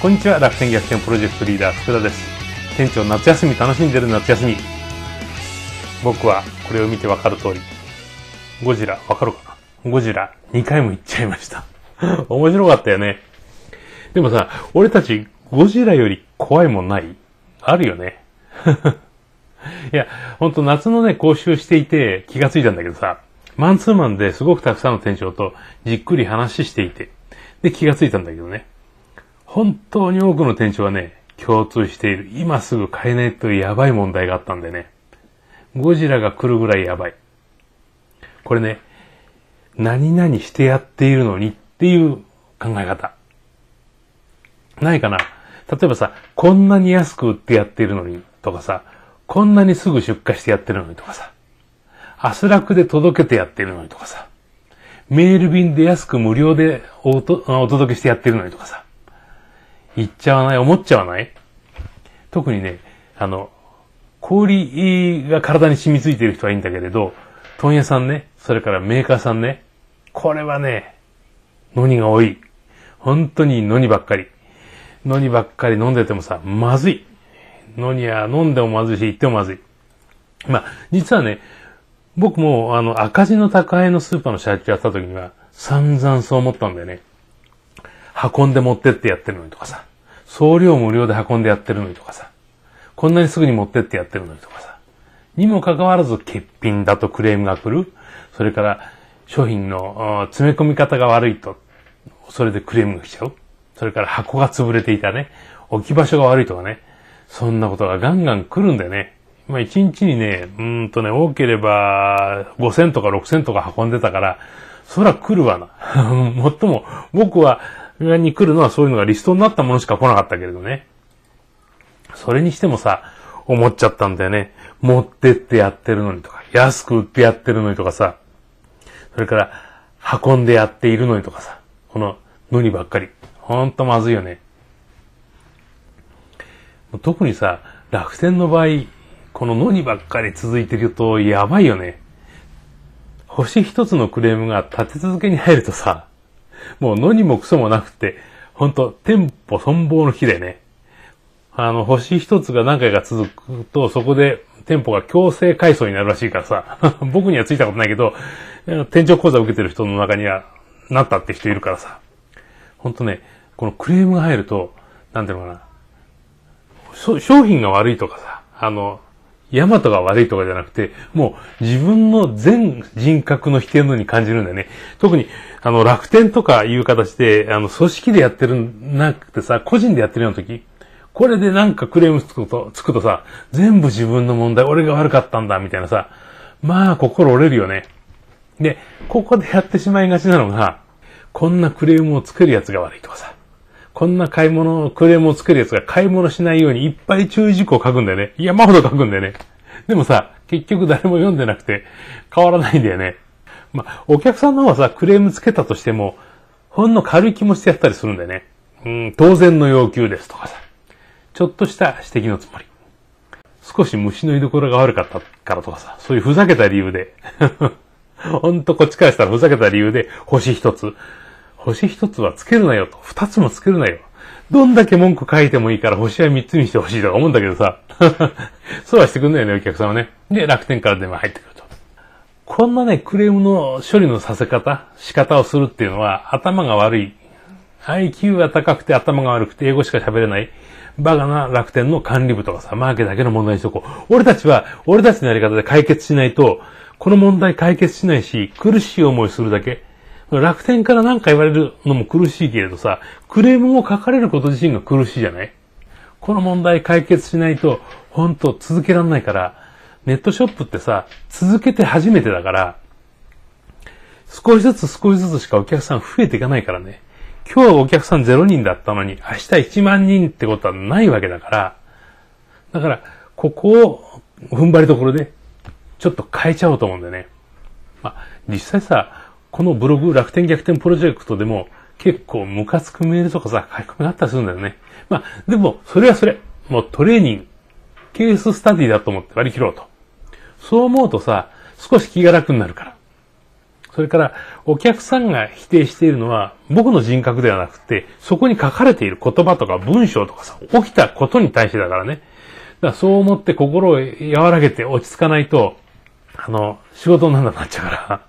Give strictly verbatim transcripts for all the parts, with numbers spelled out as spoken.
こんにちは、楽天逆転プロジェクトリーダー福田です。店長夏休み楽しんでる夏休み。僕はこれを見てわかる通り、ゴジラわかるかな？ゴジラにかいも行っちゃいました。面白かったよね。でもさ、俺たちゴジラより怖いもんない？あるよね。いや、ほんと夏のね、講習していて気がついたんだけどさ、マンツーマンですごくたくさんの店長とじっくり話していて、で気がついたんだけどね。本当に多くの店長はね、共通している、今すぐ買えないというやばい問題があったんでね。ゴジラが来るぐらいやばい。これね、何々してやっているのにっていう考え方。ないかな？例えばさ、こんなに安く売ってやっているのにとかさ、こんなにすぐ出荷してやってるのにとかさ、アスラクで届けてやってるのにとかさ、メール便で安く無料でおとお届けしてやってるのにとかさ、言っちゃわない？思っちゃわない？特にね、あの、氷が体に染みついている人はいいんだけれど、問屋さんね、それからメーカーさんね、これはね、ノニが多い。本当にノニばっかり。ノニばっかり飲んでてもさ、まずい。ノニは飲んでもまずいし、言ってもまずい。まあ、実はね、僕もあの赤字の宅配のスーパーの社長やった時には散々そう思ったんだよね。運んで持ってってやってるのにとかさ、送料無料で運んでやってるのにとかさ、こんなにすぐに持ってってやってるのにとかさ、にもかかわらず欠品だとクレームが来る。それから商品の詰め込み方が悪いと、それでクレームが来ちゃう。それから箱が潰れていたね、置き場所が悪いとかね、そんなことがガンガン来るんだよね。まあ一日にね、うーんとね、多ければごせんとかろくせんとか運んでたから、そら来るわな。もっとも、僕は、に来るのはそういうのがリストになったものしか来なかったけれどね。それにしてもさ、思っちゃったんだよね。持ってってやってるのにとか、安く売ってやってるのにとかさ、それから運んでやっているのにとかさ、こののにばっかり。ほんとまずいよね。特にさ、楽天の場合、こののにばっかり続いてるとやばいよね。星一つのクレームが立て続けに入るとさ、もうのにもクソもなくて、ほんと店舗存亡の日でね。あの、星一つが何回か続くと、そこで店舗が強制改装になるらしいからさ、僕にはついたことないけど、店長講座を受けてる人の中にはなったって人いるからさ。ほんとね、このクレームが入ると、なんていうのかな、商品が悪いとかさ、あの、ヤマトが悪いとかじゃなくて、もう自分の全人格の否定のように感じるんだよね。特に、あの、楽天とかいう形で、あの、組織でやってるなくてさ、個人でやってるような時、これでなんかクレームつくと、つくとさ、全部自分の問題、俺が悪かったんだ、みたいなさ、まあ、心折れるよね。で、ここでやってしまいがちなのが、こんなクレームをつけるやつが悪いとかさ、こんな買い物、クレームをつけるやつが買い物しないようにいっぱい注意事項を書くんだよね。山ほど書くんだよね。でもさ、結局誰も読んでなくて変わらないんだよね。まあ、お客さんの方はさ、クレームつけたとしても、ほんの軽い気持ちでやったりするんだよね。うん、当然の要求ですとかさ。ちょっとした指摘のつもり。少し虫の居所が悪かったからとかさ、そういうふざけた理由で。ほんとこっちからしたらふざけた理由で星一つ。星一つはつけるなよと。二つもつけるなよ。どんだけ文句書いてもいいから星は三つにしてほしいとか思うんだけどさ。そうはしてくんないよね、お客さんはね。で、楽天から電話入ってくると。こんなね、クレームの処理のさせ方、仕方をするっていうのは頭が悪い。アイキュー が高くて頭が悪くて英語しか喋れない。バカな楽天の管理部とかさ、マーケだけの問題にしとこう。俺たちは、俺たちのやり方で解決しないと、この問題解決しないし、苦しい思いするだけ。楽天から何か言われるのも苦しいけれどさ、クレームも書かれること自身が苦しいじゃない？この問題解決しないと、ほんと続けられないから、ネットショップってさ、続けて初めてだから、少しずつ少しずつしかお客さん増えていかないからね。今日はお客さんゼロにんだったのに、明日いちまんにんってことはないわけだから、だから、ここを踏ん張りどころで、ちょっと変えちゃおうと思うんだよね。まあ、実際さ、このブログ、楽天逆転プロジェクトでも結構ムカつくメールとかさ、書き込みがあったりするんだよね。まあ、でも、それはそれ。もうトレーニング、ケーススタディだと思って割り切ろうと。そう思うとさ、少し気が楽になるから。 それから、お客さんが否定しているのは、僕の人格ではなくて、そこに書かれている言葉とか文章とかさ、起きたことに対してだからね。だからそう思って心を和らげて落ち着かないと、あの、仕事にならなくなっちゃうから。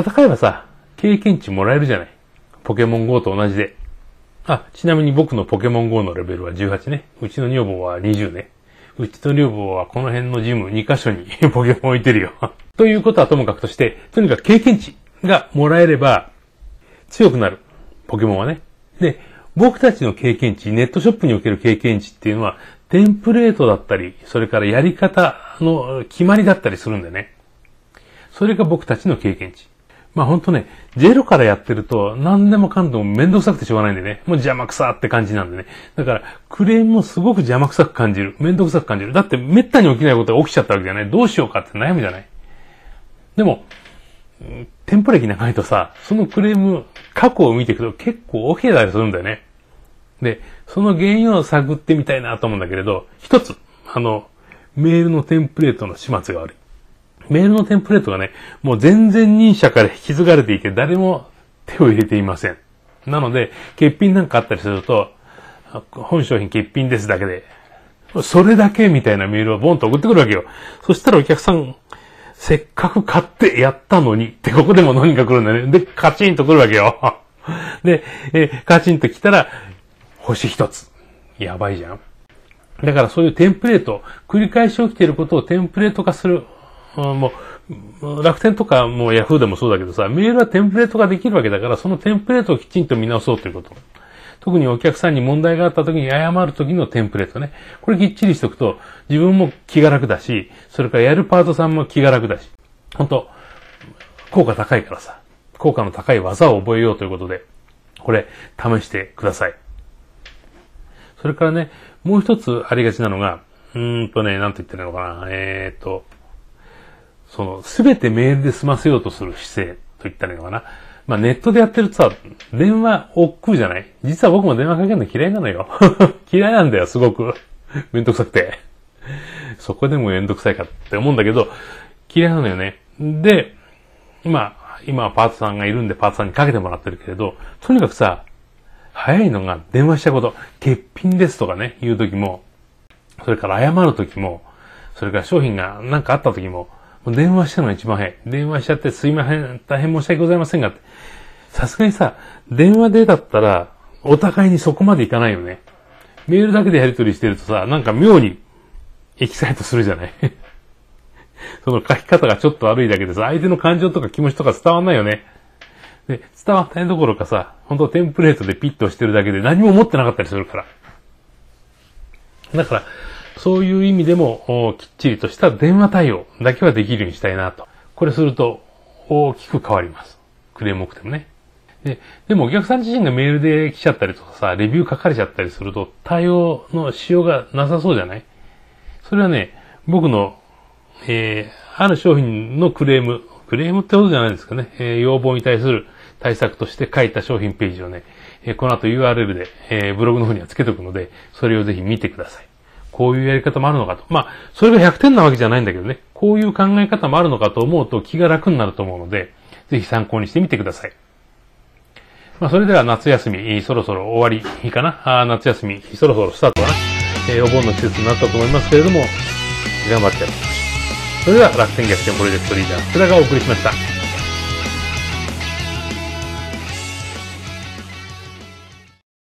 戦えばさ、経験値もらえるじゃない。ポケモン ゴー と同じで。あ、ちなみに僕のポケモン ゴー のレベルはじゅうはちね。うちの女房はにじゅうね。うちの女房はこの辺のジムにカ所にポケモン置いてるよ。ということはともかくとして、とにかく経験値がもらえれば強くなる。ポケモンはね。で、僕たちの経験値、ネットショップにおける経験値っていうのは、テンプレートだったり、それからやり方の決まりだったりするんだよね。それが僕たちの経験値。まあほんとね、ゼロからやってると何でもかんでもめんどくさくてしょうがないんでね。もう邪魔くさって感じなんでね。だからクレームもすごく邪魔くさく感じる。めんどくさく感じる。だってめったに起きないことが起きちゃったわけじゃない。どうしようかって悩むじゃない。でも、店舗歴長いとさ、そのクレーム、過去を見ていくと結構起きてたりするんだよね。で、その原因を探ってみたいなと思うんだけれど、一つ、あの、メールのテンプレートの始末が悪い。メールのテンプレートがね、もう全然認者から引き継がれていて誰も手を入れていません。なので、欠品なんかあったりすると、本商品欠品ですだけで、それだけみたいなメールをボンと送ってくるわけよ。そしたらお客さん、せっかく買ってやったのに、ってここでも何か来るんだね。で、カチンと来るわけよ。で、えカチンと来たら、星一つ。やばいじゃん。だからそういうテンプレート、繰り返し起きていることをテンプレート化する。もう、楽天とかもうヤフーでもそうだけどさ、メールはテンプレートができるわけだから、そのテンプレートをきちんと見直そうということ。特にお客さんに問題があった時に謝る時のテンプレートね。これきっちりしとくと、自分も気が楽だし、それからやるパートさんも気が楽だし、本当効果高いからさ、効果の高い技を覚えようということで、これ、試してください。それからね、もう一つありがちなのが、うーんとね、なんて言ってるのかな、えーと、その、すべてメールで済ませようとする姿勢と言ったらいいのかな。まあネットでやってるとさ、電話億劫じゃない？実は僕も電話かけるの嫌いなのよ。嫌いなんだよ、すごく。めんどくさくて。そこでもめんどくさいかって思うんだけど、嫌いなのよね。で、今、今はパートさんがいるんでパートさんにかけてもらってるけれど、とにかくさ、早いのが電話したこと、欠品ですとかね、言うときも、それから謝るときも、それから商品が何かあったときも、もう電話したのが一番早い。電話しちゃってすいません、大変申し訳ございませんがって。さすがにさ、電話でだったら、お互いにそこまでいかないよね。メールだけでやり取りしてるとさ、なんか妙にエキサイトするじゃないその書き方がちょっと悪いだけでさ、相手の感情とか気持ちとか伝わんないよね。で、伝わったないどころかさ、本当テンプレートでピッとしてるだけで何も持ってなかったりするから。だから、そういう意味でも、きっちりとした電話対応だけはできるようにしたいなと。これすると、大きく変わります。クレーム多くてもね。で、でもお客さん自身がメールで来ちゃったりとかさ、レビュー書かれちゃったりすると、対応のしようがなさそうじゃない？それはね、僕の、えー、ある商品のクレーム、クレームってことじゃないですかね、えー、要望に対する対策として書いた商品ページをね、えー、この後 ユーアールエル で、えー、ブログの方にはつけておくので、それをぜひ見てください。こういうやり方もあるのかと。まあ、それがひゃくてんなわけじゃないんだけどね、こういう考え方もあるのかと思うと気が楽になると思うので、ぜひ参考にしてみてください。まあ、それでは夏休み、そろそろ終わり、いいかなあ夏休み、そろそろスタートかな、えー、お盆の季節になったと思いますけれども、頑張ってやっていきましょう。それでは楽天逆転プロジェクトリーダー、福田がお送りしました。